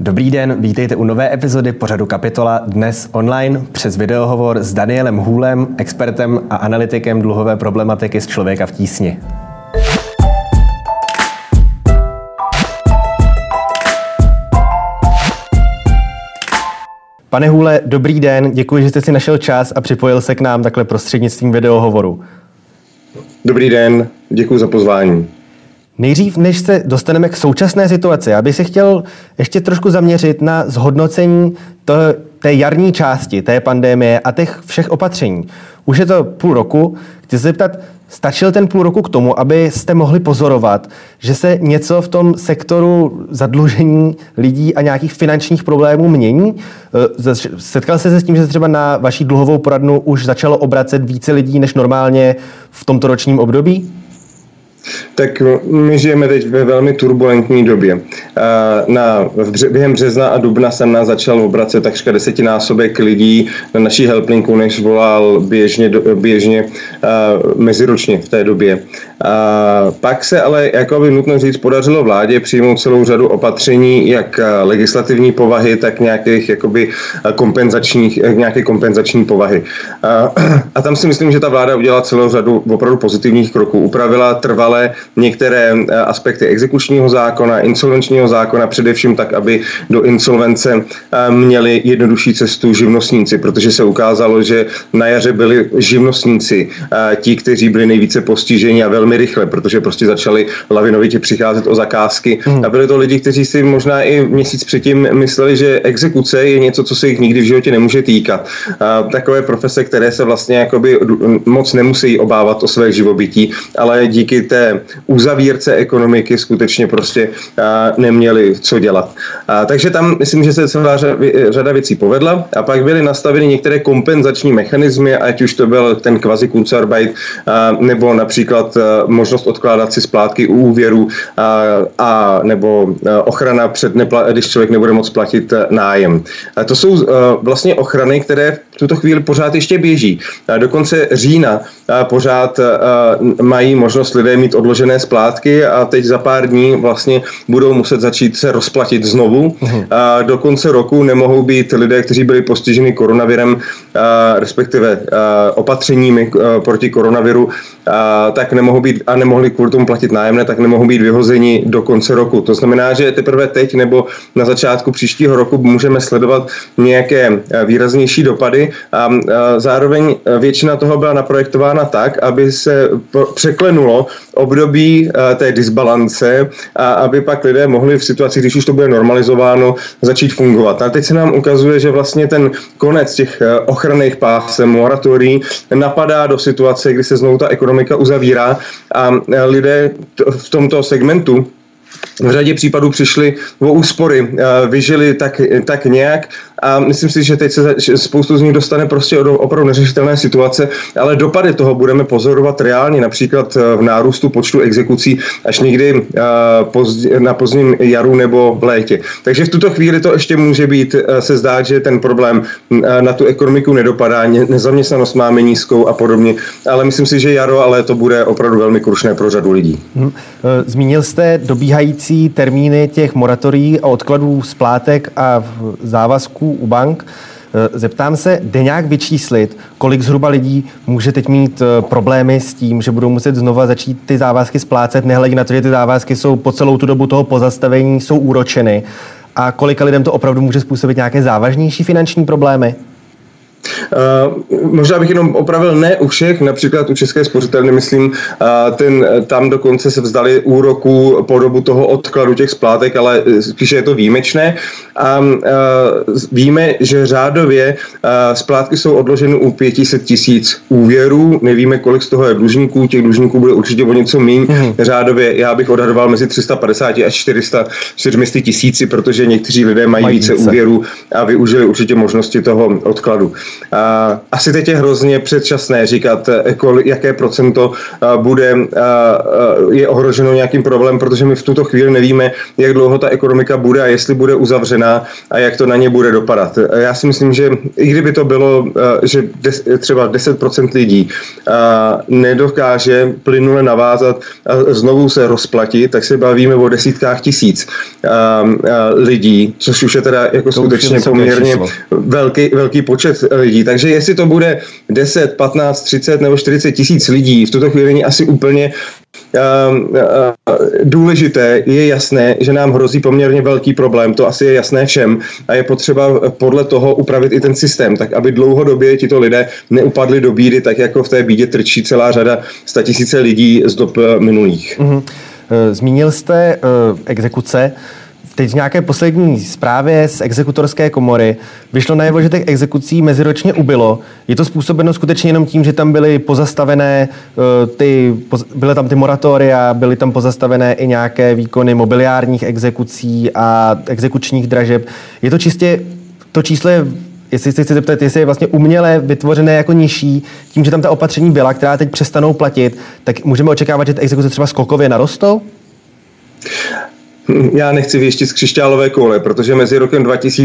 Dobrý den, vítejte u nové epizody pořadu Kapitola, dnes online přes videohovor s Danielem Hůlem, expertem a analytikem dluhové problematiky z Člověka v tísni. Pane Hůle, dobrý den, děkuji, že jste si našel čas a připojil se k nám takhle prostřednictvím videohovoru. Dobrý den, děkuji za pozvání. Nejdřív, než se dostaneme k současné situaci, já bych se chtěl ještě trošku zaměřit na zhodnocení té jarní části té pandemie a těch všech opatření. Už je to půl roku. Chci se zeptat, stačil ten půl roku k tomu, abyste mohli pozorovat, že se něco v tom sektoru zadlužení lidí a nějakých finančních problémů mění? Setkal jste se s tím, že třeba na vaší dluhovou poradnu už začalo obracet více lidí než normálně v tomto ročním období? Tak my žijeme teď ve velmi turbulentní době. Během března a dubna jsem nás začal obracet takřka 10násobek lidí na naší helplinku, než volal běžně meziročně v té době. Pak se ale, jako by nutno říct, podařilo vládě přijmout celou řadu opatření, jak legislativní povahy, tak nějaké kompenzační povahy. A tam si myslím, že ta vláda udělala celou řadu opravdu pozitivních kroků. Upravila trvale některé aspekty exekučního zákona, insolvenčního zákona, především tak, aby do insolvence měli jednodušší cestu živnostníci, protože se ukázalo, že na jaře byli živnostníci ti, kteří byli nejvíce postiženi a velmi rychle, protože prostě začali lavinovitě přicházet o zakázky. A byli to lidi, kteří si možná i měsíc předtím mysleli, že exekuce je něco, co se jich nikdy v životě nemůže týkat. Takové profese, které se vlastně jakoby moc nemusí obávat o své živobytí, ale díky té uzavírce ekonomiky skutečně prostě neměli co dělat. Takže tam myslím, že se celá řada věcí povedla a pak byly nastaveny některé kompenzační mechanismy, ať už to byl ten kvazi Kurzarbeit nebo například možnost odkládat si splátky u úvěru nebo ochrana když člověk nebude moct platit nájem. To jsou vlastně ochrany, které v tuto chvíli pořád ještě běží. Do konce října pořád mají možnost lidé mít odložené splátky a teď za pár dní vlastně budou muset začít se rozplatit znovu. Do konce roku nemohou být lidé, kteří byli postiženi koronavirem, respektive opatřeními proti koronaviru, tak nemohou být a nemohli kvůli tomu platit nájemné, tak nemohou být vyhozeni do konce roku. To znamená, že teprve teď nebo na začátku příštího roku můžeme sledovat nějaké výraznější dopady a zároveň většina toho byla naprojektována tak, aby se překlenulo období té disbalance a aby pak lidé mohli v situaci, když už to bude normalizováno, začít fungovat. A teď se nám ukazuje, že vlastně ten konec těch ochranných pásem, moratorií napadá do situace, kdy se znovu ta ekonomika uzavírá a lidé v tomto segmentu v řadě případů přišli o úspory, vyžili tak nějak a myslím si, že teď se spoustu z nich dostane prostě do opravdu neřešitelné situace, ale dopady toho budeme pozorovat reálně, například v nárůstu počtu exekucí až někdy na pozdním jaru nebo v létě. Takže v tuto chvíli to ještě může být se zdát, že ten problém na tu ekonomiku nedopadá, nezaměstnanost máme nízkou a podobně, ale myslím si, že jaro a léto bude opravdu velmi krušné pro řadu lidí. Zmínil jste dobíhající termíny těch moratorií a odkladů splátek a závazků u bank. Zeptám se, jde nějak vyčíslit, kolik zhruba lidí může teď mít problémy s tím, že budou muset znova začít ty závazky splácet, nehledě na to, že ty závazky jsou po celou tu dobu toho pozastavení, jsou úročeny. A kolika lidem to opravdu může způsobit nějaké závažnější finanční problémy? Možná bych jenom opravil ne u všech, například u České spořitelny, myslím, tam dokonce se vzdali úroků po dobu toho odkladu těch splátek, ale spíše je to výjimečné. A víme, že řádově splátky jsou odloženy u 500 000 úvěrů, nevíme, kolik z toho je dlužníků, těch dlužníků bude určitě o něco míň. Řádově já bych odhadoval mezi 350 až 400 tisíci, protože někteří lidé mají více úvěrů a využili určitě možnosti toho odkladu. Asi teď je hrozně předčasné říkat, jaké procento je ohroženo nějakým problémem, protože my v tuto chvíli nevíme, jak dlouho ta ekonomika bude a jestli bude uzavřená a jak to na ně bude dopadat. Já si myslím, že i kdyby to bylo, že třeba 10% lidí nedokáže plynule navázat a znovu se rozplatit, tak se bavíme o desítkách tisíc lidí, což už je teda jako skutečně poměrně velký počet lidí. Takže jestli to bude 10, 15, 30 nebo 40 tisíc lidí, v tuto chvíli není asi úplně důležité. Je jasné, že nám hrozí poměrně velký problém, to asi je jasné všem a je potřeba podle toho upravit i ten systém, tak aby dlouhodobě tito lidé neupadli do bídy, tak jako v té bídě trčí celá řada statisíce lidí z dob minulých. Zmínil jste exekuce. Teď v nějaké poslední zprávě z exekutorské komory vyšlo najevo, že těch exekucí meziročně ubylo. Je to způsobeno skutečně jenom tím, že tam byly pozastavené byly tam ty moratoria, byly tam pozastavené i nějaké výkony mobiliárních exekucí a exekučních dražeb. Je to čistě to číslo, jestli se chci zeptat, jestli je vlastně uměle vytvořené jako nižší, tím, že tam ta opatření byla, která teď přestanou platit, tak můžeme očekávat, že ty exekuce třeba skokově narostou? Já nechci věštit z křišťálové koule, protože mezi rokem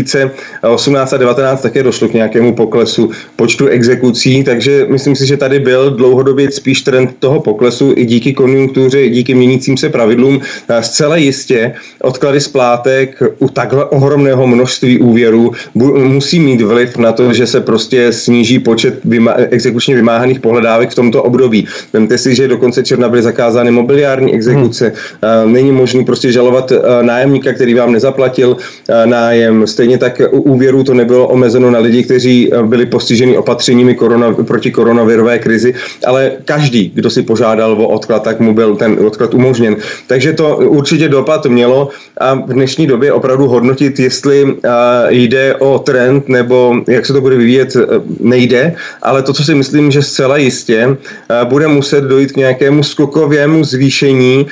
2018 a 2019 také došlo k nějakému poklesu počtu exekucí, takže myslím si, že tady byl dlouhodobě spíš trend toho poklesu i díky konjunktuře, i díky měnícím se pravidlům. Zcela jistě odklady splátek u takhle ohromného množství úvěrů musí mít vliv na to, že se prostě sníží počet exekučně vymáhaných pohledávek v tomto období. Vemte si, že do konce června byly zakázány mobiliární exekuce. Není možný prostě žalovat nájemníka, který vám nezaplatil nájem. Stejně tak u úvěrů to nebylo omezeno na lidi, kteří byli postiženi opatřeními proti koronavirové krizi, ale každý, kdo si požádal o odklad, tak mu byl ten odklad umožněn. Takže to určitě dopad mělo a v dnešní době opravdu hodnotit, jestli jde o trend nebo jak se to bude vyvíjet, nejde, ale to, co si myslím, že zcela jistě bude muset dojít k nějakému skokovému zvýšení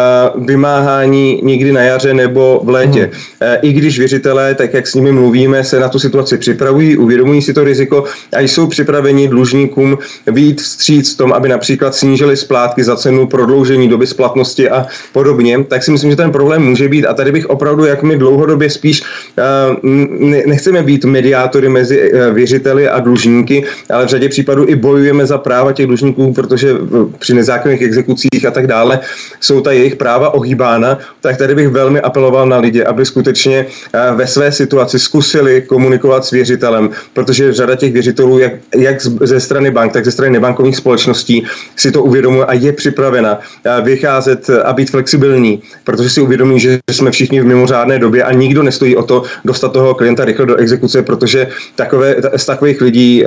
vymáhání někdy na jaře nebo v létě. I když věřitelé, tak jak s nimi mluvíme, se na tu situaci připravují, uvědomují si to riziko a jsou připraveni dlužníkům vyjít vstříc v tom, aby například snížili splátky za cenu prodloužení doby splatnosti a podobně, tak si myslím, že ten problém může být a tady bych opravdu, jak my dlouhodobě spíš nechceme být mediátory mezi věřiteli a dlužníky, ale v řadě případů i bojujeme za práva těch dlužníků, protože při nezákonných exekucích a tak dále jsou ta jejich práva ohýbána, tak tady bych velmi apeloval na lidi, aby skutečně ve své situaci zkusili komunikovat s věřitelem, protože řada těch věřitelů, jak ze strany bank, tak ze strany nebankovních společností si to uvědomuje a je připravena vycházet a být flexibilní, protože si uvědomí, že jsme všichni v mimořádné době a nikdo nestojí o to dostat toho klienta rychle do exekuce, protože z takových lidí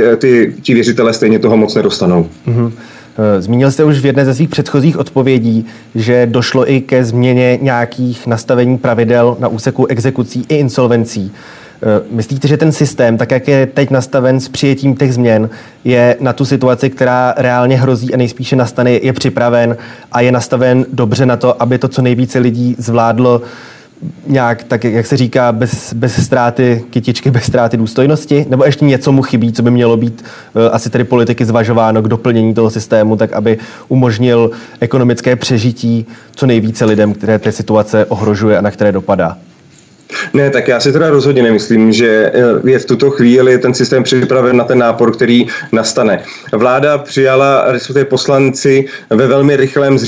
ti věřitelé stejně toho moc nedostanou. Mm-hmm. Zmínil jste už v jedné ze svých předchozích odpovědí, že došlo i ke změně nějakých nastavení pravidel na úseku exekucí i insolvencí. Myslíte, že ten systém, tak jak je teď nastaven s přijetím těch změn, je na tu situaci, která reálně hrozí a nejspíše nastane, je připraven a je nastaven dobře na to, aby to co nejvíce lidí zvládlo nějak, tak jak se říká, bez ztráty kytičky, bez ztráty důstojnosti? Nebo ještě něco mu chybí, co by mělo být asi tedy politiky zvažováno k doplnění toho systému, tak aby umožnil ekonomické přežití co nejvíce lidem, které té situace ohrožuje a na které dopadá? Ne, tak já si teda rozhodně nemyslím, že je v tuto chvíli ten systém připraven na ten nápor, který nastane. Vláda přijala, respektive poslanci ve velmi rychlém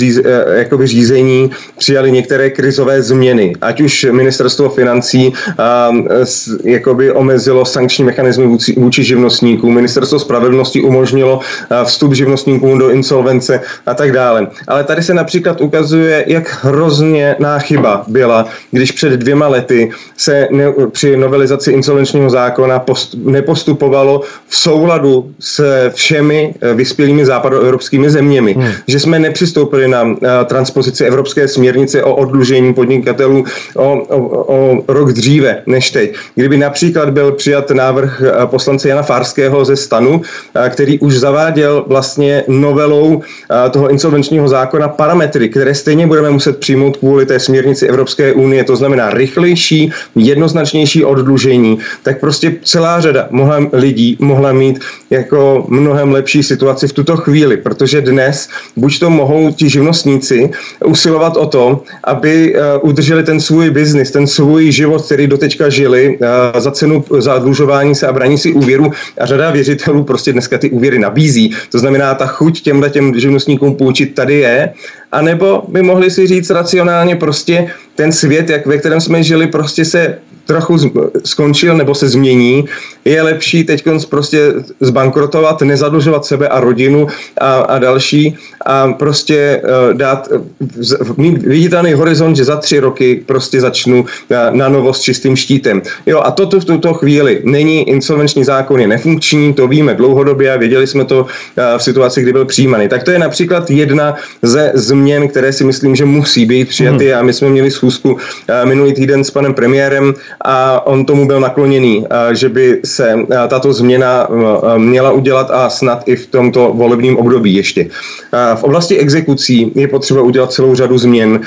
řízení přijali některé krizové změny. Ať už ministerstvo financí omezilo sankční mechanismy vůči živnostníkům, ministerstvo spravedlnosti umožnilo vstup živnostníkům do insolvence a tak dále. Ale tady se například ukazuje, jak hrozná chyba byla, když před 2 lety se při novelizaci insolvenčního zákona nepostupovalo v souladu s všemi vyspělými západoevropskými zeměmi. Že jsme nepřistoupili na transpozici evropské směrnice o oddlužení podnikatelů o rok dříve než teď. Kdyby například byl přijat návrh poslance Jana Farského ze STANu, který už zaváděl vlastně novelou toho insolvenčního zákona parametry, které stejně budeme muset přijmout kvůli té směrnici Evropské unie, to znamená rychlejší jednodušší, jednoznačnější oddlužení, tak prostě celá řada lidí mohla mít jako mnohem lepší situaci v tuto chvíli, protože dnes buď to mohou ti živnostníci usilovat o to, aby udrželi ten svůj biznis, ten svůj život, který doteďka žili za cenu zadlužování se a braní si úvěru, a řada věřitelů prostě dneska ty úvěry nabízí. To znamená, ta chuť těm živnostníkům půjčit tady je, anebo by mohli si říct racionálně prostě ten svět, ve kterém jsme žili, prostě se trochu skončil nebo se změní. Je lepší teď prostě zbankrotovat, nezadlužovat sebe a rodinu a další a prostě mít viditelný horizont, že za 3 roky prostě začnu na novo s čistým štítem. Jo, a toto v tuto chvíli není, insolvenční zákon je nefunkční, to víme dlouhodobě a věděli jsme to v situaci, kdy byl přijímaný. Tak to je například jedna ze změn, které si myslím, že musí být přijaty a my jsme měli schůzku minulý týden s panem premiérem a on tomu byl nakloněný, že by se tato změna měla udělat a snad i v tomto volebním období ještě. V oblasti exekucí je potřeba udělat celou řadu změn.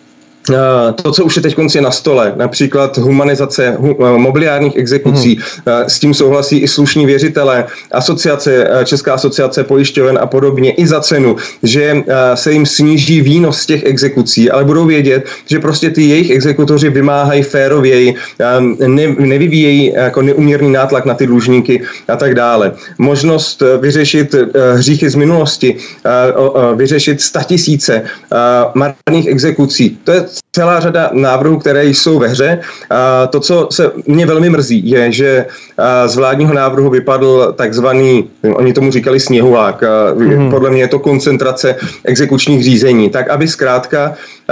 To, co už je teď konci na stole, například humanizace mobiliárních exekucí, s tím souhlasí i slušní věřitelé, Česká asociace pojišťoven a podobně, i za cenu, že se jim sníží výnos z těch exekucí, ale budou vědět, že prostě ty jejich exekutoři vymáhají férověji, nevyvíjejí jako neúměrný nátlak na ty dlužníky a tak dále. Možnost vyřešit hříchy z minulosti, vyřešit 100 000 marných exekucí, to je celá řada návrhů, které jsou ve hře. To, co se mě velmi mrzí, je, že z vládního návrhu vypadl takzvaný, oni tomu říkali sněhulák, podle mě je to koncentrace exekučních řízení, tak aby zkrátka,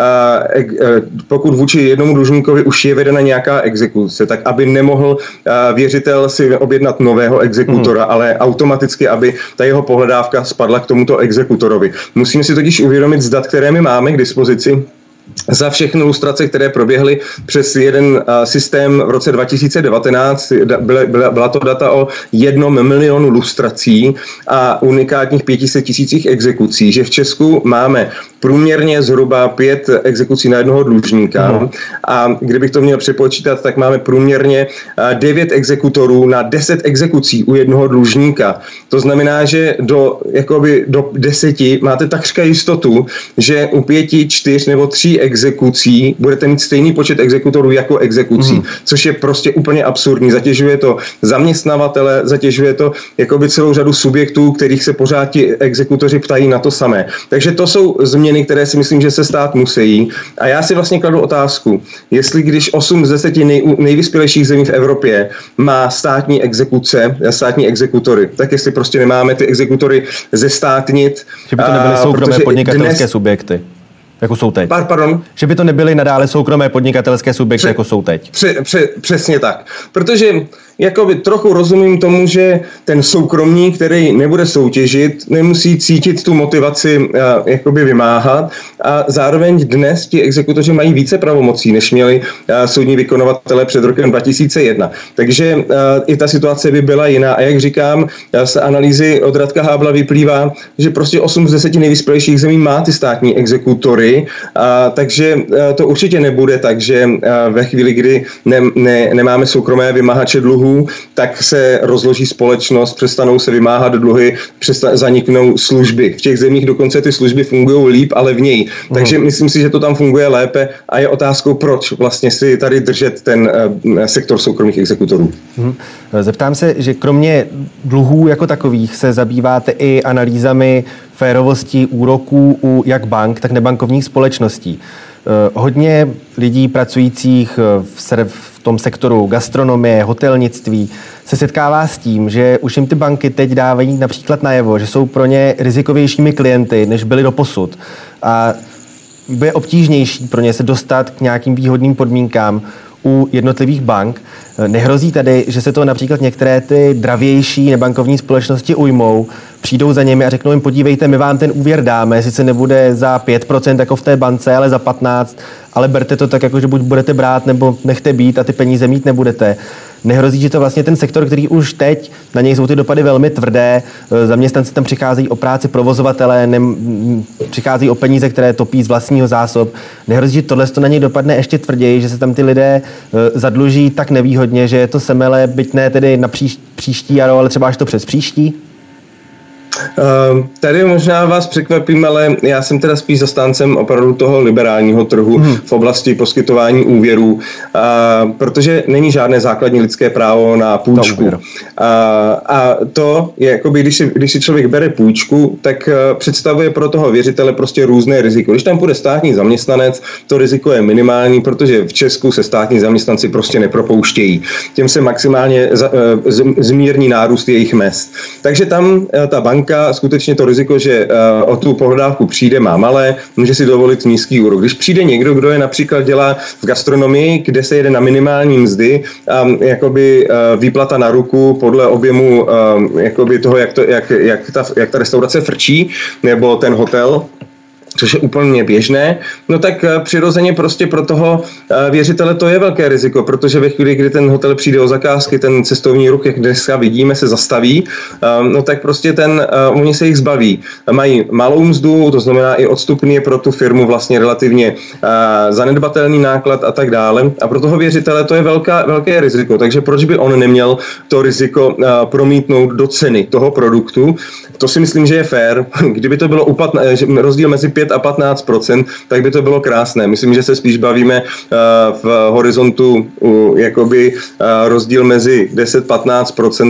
pokud vůči jednomu dlužníkovi už je vedena nějaká exekuce, tak aby nemohl věřitel si objednat nového exekutora, ale automaticky, aby ta jeho pohledávka spadla k tomuto exekutorovi. Musíme si totiž uvědomit z dat, které my máme k dispozici, za všechny lustrace, které proběhly přes jeden systém v roce 2019, byla to data o 1 milionu lustrací a unikátních 500 000 exekucí, že v Česku máme průměrně zhruba 5 exekucí na jednoho dlužníka a kdybych to měl přepočítat, tak máme průměrně 9 exekutorů na 10 exekucí u jednoho dlužníka. To znamená, že do 10 máte takřka jistotu, že u 5, 4 nebo 3 exekucí budete mít stejný počet exekutorů jako exekucí, což je prostě úplně absurdní. Zatěžuje to zaměstnavatele, zatěžuje to celou řadu subjektů, kterých se pořád ti exekutoři ptají na to samé. Takže to jsou změny, které si myslím, že se stát musí. A já si vlastně kladu otázku, jestli když 8 z 10 nejvyspělejších zemí v Evropě má státní exekuce, státní exekutory, tak jestli prostě nemáme ty exekutory zestátnit. Že by to nebyly soukromé podnikatelské subjekty. Jako jsou teď. Pardon? Že by to nebyly nadále soukromé podnikatelské subjekty, jako jsou teď. Přesně tak. Protože trochu rozumím tomu, že ten soukromník, který nebude soutěžit, nemusí cítit tu motivaci vymáhat a zároveň dnes ti exekutoři mají více pravomocí, než měli soudní vykonavatelé před rokem 2001. Takže i ta situace by byla jiná. A jak říkám, z analýzy od Radka Hábla vyplývá, že prostě 8 z 10 nejvyspělejších zemí má ty státní exekutory, takže to určitě nebude tak, že ve chvíli, kdy nemáme soukromé vymahače dluhů, tak se rozloží společnost, přestanou se vymáhat dluhy, zaniknou služby. V těch zemích dokonce ty služby fungují líp a levněji. Takže myslím si, že to tam funguje lépe a je otázkou, proč vlastně si tady držet ten sektor soukromých exekutorů. Zeptám se, že kromě dluhů jako takových se zabýváte i analýzami férovosti úroků u jak bank, tak nebankovních společností. Hodně lidí pracujících v tom sektoru gastronomie, hotelnictví se setkává s tím, že už jim ty banky teď dávají například najevo, že jsou pro ně rizikovějšími klienty, než byli doposud. A bude obtížnější pro ně se dostat k nějakým výhodným podmínkám u jednotlivých bank. Nehrozí tady, že se to například některé ty dravější nebankovní společnosti ujmou, přijdou za nimi a řeknou jim, podívejte, my vám ten úvěr dáme, sice nebude za 5% jako v té bance, ale za 15%, ale berte to tak, jako že buď budete brát, nebo nechte být a ty peníze mít nebudete. Nehrozí, že to vlastně ten sektor, který už teď, na něj jsou ty dopady velmi tvrdé, zaměstnanci tam přicházejí o práci, provozovatelé přicházejí o peníze, které topí z vlastního zásob. Nehrozí, že tohle to na něj dopadne ještě tvrději, že se tam ty lidé zadluží tak nevýhodně, že je to semele, byť ne tedy na příští jaro, ale třeba až to přes příští? Tady možná vás překvapím, ale já jsem teda spíš zastáncem opravdu toho liberálního trhu v oblasti poskytování úvěrů, protože není žádné základní lidské právo na půjčku. A to je, jakoby, když si člověk bere půjčku, tak představuje pro toho věřitele prostě různé riziko. Když tam bude státní zaměstnanec, to riziko je minimální, protože v Česku se státní zaměstnanci prostě nepropouštějí. Těm se maximálně zmírní nárůst jejich mezd. Takže tam ta banka skutečně to riziko, že o tu pohledávku přijde, má malé, může si dovolit nízký úrok. Když přijde někdo, kdo je například dělá v gastronomii, kde se jede na minimální mzdy a jakoby výplata na ruku podle objemu jakoby toho, jak ta restaurace frčí, nebo ten hotel, což je úplně běžné, no tak přirozeně prostě pro toho věřitele to je velké riziko, protože ve chvíli, kdy ten hotel přijde o zakázky, ten cestovní ruch, jak dneska vidíme, se zastaví, no tak prostě oni se jich zbaví. Mají malou mzdu, to znamená i odstupný je pro tu firmu vlastně relativně zanedbatelný náklad a tak dále. A pro toho věřitele to je velké riziko, takže proč by on neměl to riziko promítnout do ceny toho produktu? To si myslím, že je fér. Kdyby to bylo rozdíl mezi 5 a 15%, tak by to bylo krásné. Myslím, že se spíš bavíme v horizontu jakoby rozdíl mezi 10-15%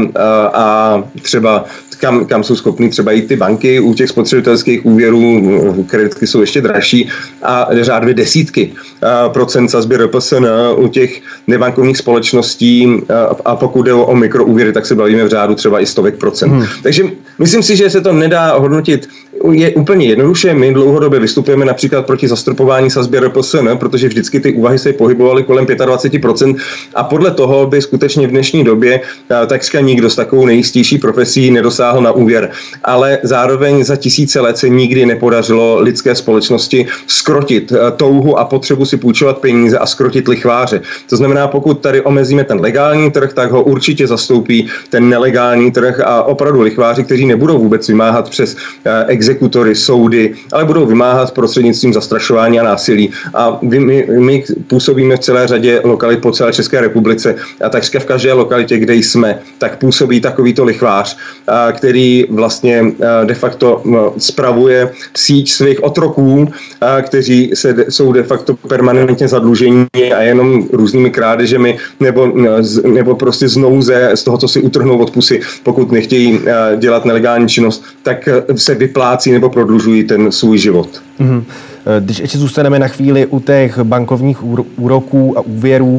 a třeba kam jsou schopny třeba jít ty banky u těch spotřebitelských úvěrů, kreditky jsou ještě dražší a řádově desítky procent sazby RPSN u těch nebankovních společností a pokud jde o mikroúvěry, tak se bavíme v řádu třeba i stovek procent. Takže myslím si, že se to nedá hodnotit je úplně jednoduše. My dlouhodobě vystupujeme například proti zastropování sazby RPSN, protože vždycky ty úvahy se pohybovaly kolem 25% a podle toho by skutečně v dnešní době takřka nikdo s takovou nejistější profesí nedosáhl na úvěr. Ale zároveň za tisíce let se nikdy nepodařilo lidské společnosti zkrotit touhu a potřebu si půjčovat peníze a zkrotit lichváře. To znamená, pokud tady omezíme ten legální trh, tak ho určitě zastoupí ten nelegální trh a opravdu lichváři, kteří nebudou vůbec vymáhat přes exekutory, soudy, ale budou vymáhat prostřednictvím zastrašování a násilí. A my působíme v celé řadě lokalit po celé České republice a takřka v každé lokalitě, kde jsme, tak působí takovýto lichvář, který vlastně de facto spravuje síť svých otroků, kteří jsou de facto permanentně zadlužení a jenom různými krádežemi nebo prostě z nouze, z toho, co si utrhnou od pusy, pokud nechtějí dělat nelegální činnost, tak se vyplácí nebo prodlužují ten svůj život. Když ještě zůstaneme na chvíli u těch bankovních úroků a úvěrů,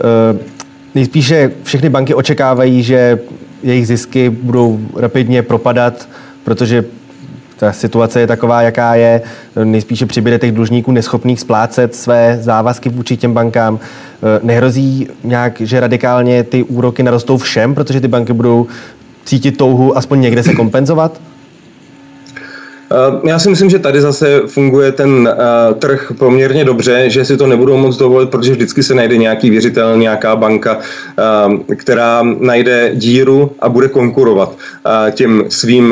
nejspíše všechny banky očekávají, že jejich zisky budou rapidně propadat, protože ta situace je taková, jaká je. Nejspíše přibyde těch dlužníků neschopných splácet své závazky vůči těm bankám. Nehrozí nějak, že radikálně ty úroky narostou všem, protože ty banky budou cítit touhu aspoň někde se kompenzovat? Já si myslím, že tady zase funguje ten trh poměrně dobře, že si to nebudou moc dovolit, protože vždycky se najde nějaký věřitel, nějaká banka, která najde díru a bude konkurovat těm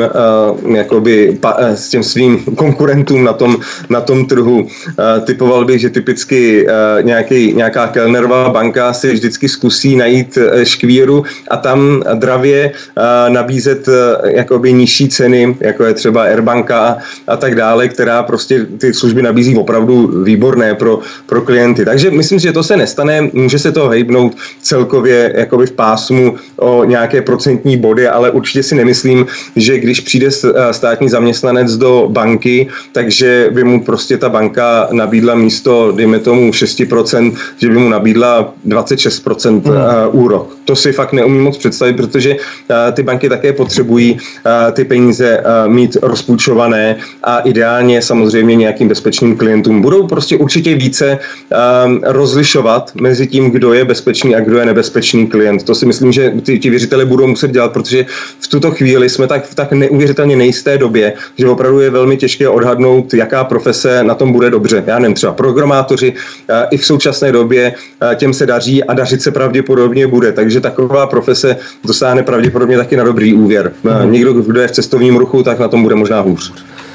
svým konkurentům na tom trhu. Typoval bych, že typicky nějaká Kellnerová banka si vždycky zkusí najít škvíru a tam dravě nabízet jakoby nižší ceny, jako je třeba Airbanka a tak dále, která prostě ty služby nabízí opravdu výborné pro klienty. Takže myslím si, že to se nestane, může se to hejbnout celkově jakoby v pásmu o nějaké procentní body, ale určitě si nemyslím, že když přijde státní zaměstnanec do banky, takže by mu prostě ta banka nabídla místo, dejme tomu 6%, že by mu nabídla 26% úrok. To si fakt neumím moc představit, protože ty banky také potřebují ty peníze mít rozpůjčované ne a ideálně samozřejmě nějakým bezpečným klientům. Budou prostě určitě více rozlišovat mezi tím, kdo je bezpečný a kdo je nebezpečný klient. To si myslím, že ti věřitelé budou muset dělat, protože v tuto chvíli jsme v tak neuvěřitelně nejisté době, že opravdu je velmi těžké odhadnout, jaká profese na tom bude dobře. Já nevím, třeba programátoři i v současné době těm se daří a dařit se pravděpodobně bude. Takže taková profese dosáhne pravděpodobně taky na dobrý úvěr. Někdo, kdo je v cestovním ruchu, tak na tom bude možná hůř.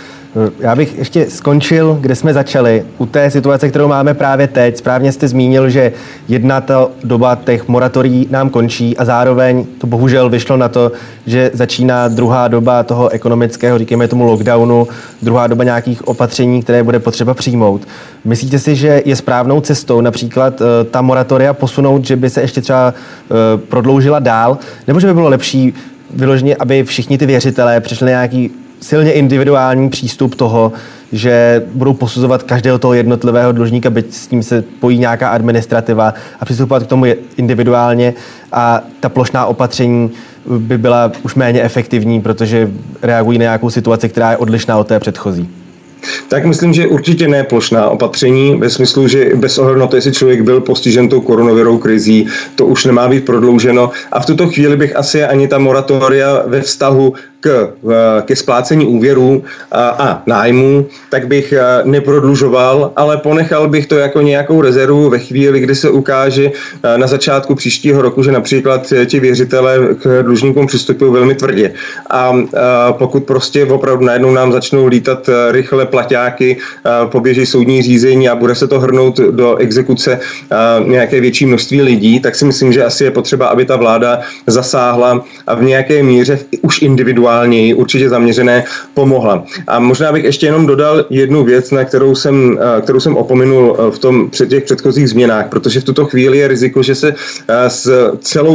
Já bych ještě skončil, kde jsme začali, u té situace, kterou máme právě teď. Správně jste zmínil, že jedna ta doba těch moratorií nám končí a zároveň to bohužel vyšlo na to, že začíná druhá doba toho ekonomického, říkáme tomu lockdownu, druhá doba nějakých opatření, které bude potřeba přijmout. Myslíte si, že je správnou cestou například ta moratoria posunout, že by se ještě třeba prodloužila dál, nebo že by bylo lepší vyloženě, aby všichni ty věřitelé přišli na nějaký silně individuální přístup toho, že budou posuzovat každého toho jednotlivého dlužníka, byť s tím se pojí nějaká administrativa a přistupovat k tomu individuálně a ta plošná opatření by byla už méně efektivní, protože reagují na nějakou situaci, která je odlišná od té předchozí. Tak myslím, že určitě ne plošná opatření, ve smyslu, že bez ohledu na to, jestli člověk byl postižen tou koronavirovou krizí, to už nemá být prodlouženo. A v tuto chvíli bych asi ani ta moratoria ve vztahu ke splácení úvěrů a nájmů, tak bych neprodlužoval, ale ponechal bych to jako nějakou rezervu ve chvíli, kdy se ukáže na začátku příštího roku, že například ti věřitelé k dlužníkům přistupují velmi tvrdě. A pokud prostě opravdu najednou nám začnou lítat rychle plaťáky, poběží soudní řízení a bude se to hrnout do exekuce nějaké větší množství lidí, tak si myslím, že asi je potřeba, aby ta vláda zasáhla a v nějaké míře už individuálně určitě zaměřené pomohla. A možná bych ještě jenom dodal jednu věc, na kterou jsem opominul před těch předchozích změnách, protože v tuto chvíli je riziko, že se s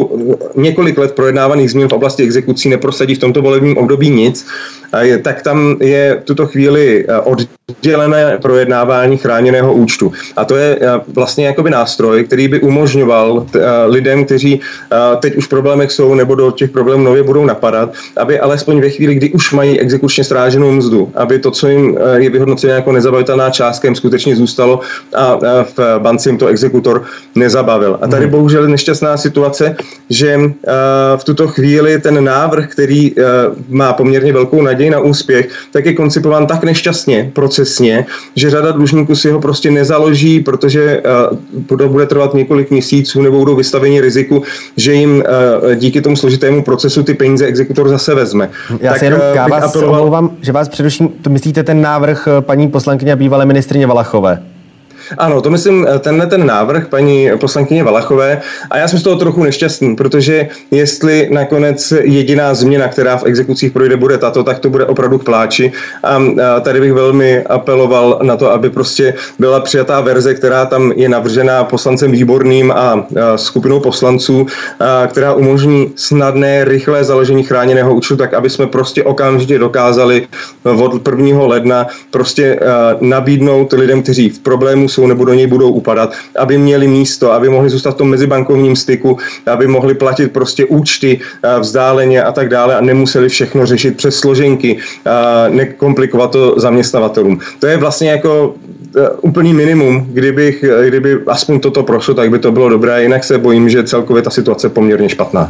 několik let projednávaných změn v oblasti exekucí neprosadí v tomto volebním období nic, tak tam je v tuto chvíli oddělené projednávání chráněného účtu. A to je vlastně jakoby nástroj, který by umožňoval lidem, kteří teď už v problémech jsou nebo do těch problémů nově budou napadat, aby alespoň ve chvíli, kdy už mají exekučně stráženou mzdu, aby to, co jim je vyhodnoceno jako nezabavitelná částka, jim skutečně zůstalo a v bance jim to exekutor nezabavil. A tady bohužel je nešťastná situace, že v tuto chvíli ten návrh, který má poměrně velkou naději na úspěch, tak je koncipován tak nešťastně, procesně, že řada dlužníků si ho prostě nezaloží, protože to bude trvat několik měsíců nebo budou vystaveni riziku, že jim díky tomu složitému procesu ty peníze exekutor zase vezme. Já tak se jenom vás omlouvám, že vás především, to myslíte ten návrh paní poslankyně a bývalé ministryně Valachové? Ano, to myslím ten návrh paní poslankyně Valachové a já jsem z toho trochu nešťastný, protože jestli nakonec jediná změna, která v exekucích projde, bude tato, tak to bude opravdu k pláči a tady bych velmi apeloval na to, aby prostě byla přijatá verze, která tam je navržená poslancem Výborným a skupinou poslanců, která umožní snadné, rychlé založení chráněného účtu, tak aby jsme prostě okamžitě dokázali od 1. ledna prostě nabídnout lidem, kteří v problému jsou nebo do něj budou upadat, aby měli místo, aby mohli zůstat v tom mezibankovním styku, aby mohli platit prostě účty vzdáleně a tak dále a nemuseli všechno řešit přes složenky, nekomplikovat to zaměstnavatelům. To je vlastně jako úplný minimum, kdyby aspoň toto prošlo, tak by to bylo dobré, jinak se bojím, že celkově ta situace je poměrně špatná.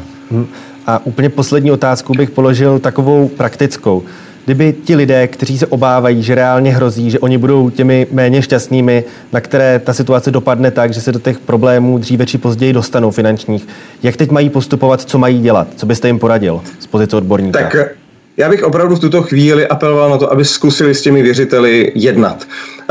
A úplně poslední otázku bych položil takovou praktickou. Kdyby ti lidé, kteří se obávají, že reálně hrozí, že oni budou těmi méně šťastnými, na které ta situace dopadne tak, že se do těch problémů dříve či později dostanou finančních, jak teď mají postupovat, co mají dělat? Co byste jim poradil z pozice odborníka? Tak já bych opravdu v tuto chvíli apeloval na to, aby zkusili s těmi věřiteli jednat.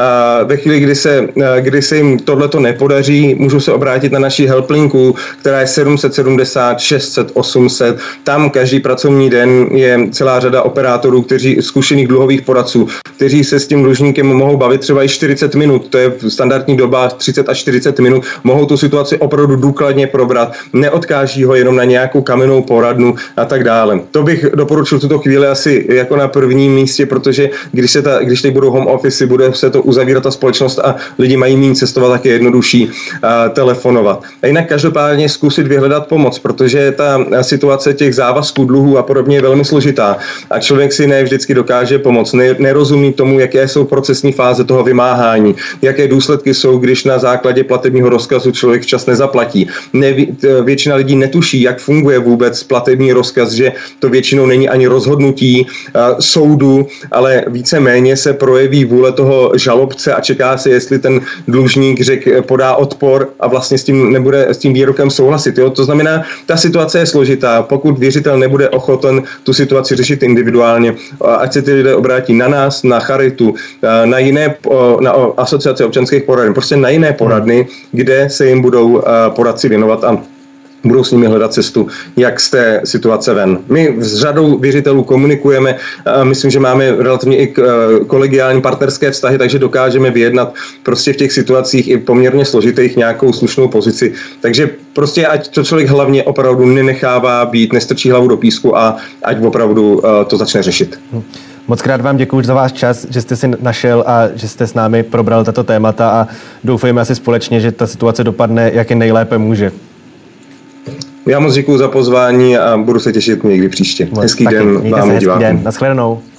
Ve chvíli, kdy se jim tohleto nepodaří, můžou se obrátit na naši helplinku, která je 770 600 800. Tam každý pracovní den je celá řada operátorů, zkušených dluhových poradců, kteří se s tím dlužníkem mohou bavit třeba i 40 minut. To je standardní doba 30 až 40 minut. Mohou tu situaci opravdu důkladně probrat. Neodkáží ho jenom na nějakou kamennou poradnu a tak dále. To bych doporučil v tuto chvíli chvíli asi jako na prvním místě, protože když teď budou home office, bude se to uzavírat ta společnost a lidi mají méně cestovat, tak je jednodušší telefonovat. A jinak každopádně zkusit vyhledat pomoc, protože ta situace těch závazků, dluhů a podobně je velmi složitá a člověk si ne vždycky dokáže pomoct. Nerozumí tomu, jaké jsou procesní fáze toho vymáhání, jaké důsledky jsou, když na základě platebního rozkazu člověk včas nezaplatí. Většina lidí netuší, jak funguje vůbec platební rozkaz, že to většinou není ani rozhodnutí soudu, ale víceméně se projeví vůle toho žalobce a čeká se, jestli ten dlužník podá odpor a vlastně s tím výrokem souhlasit. Jo? To znamená, ta situace je složitá. Pokud věřitel nebude ochoten tu situaci řešit individuálně, ať se ty lidé obrátí na nás, na charitu, na asociace občanských poradny, prostě na jiné poradny, kde se jim budou poradci věnovat a budou s nimi hledat cestu, jak z té situace ven. My s řadou věřitelů komunikujeme, myslím, že máme relativně i kolegiální partnerské vztahy, takže dokážeme vyjednat prostě v těch situacích i poměrně složitých nějakou slušnou pozici. Takže prostě ať to člověk hlavně opravdu nenechává být, nestrčí hlavu do písku a ať opravdu to začne řešit. Moc krát vám děkuji za váš čas, že jste si našel a že jste s námi probral tato témata a doufejme asi společně, že ta situace dopadne, jak je nejlépe může. Já moc děkuji za pozvání a budu se těšit někdy příště. Hezký den vám, divákům. Naschledanou.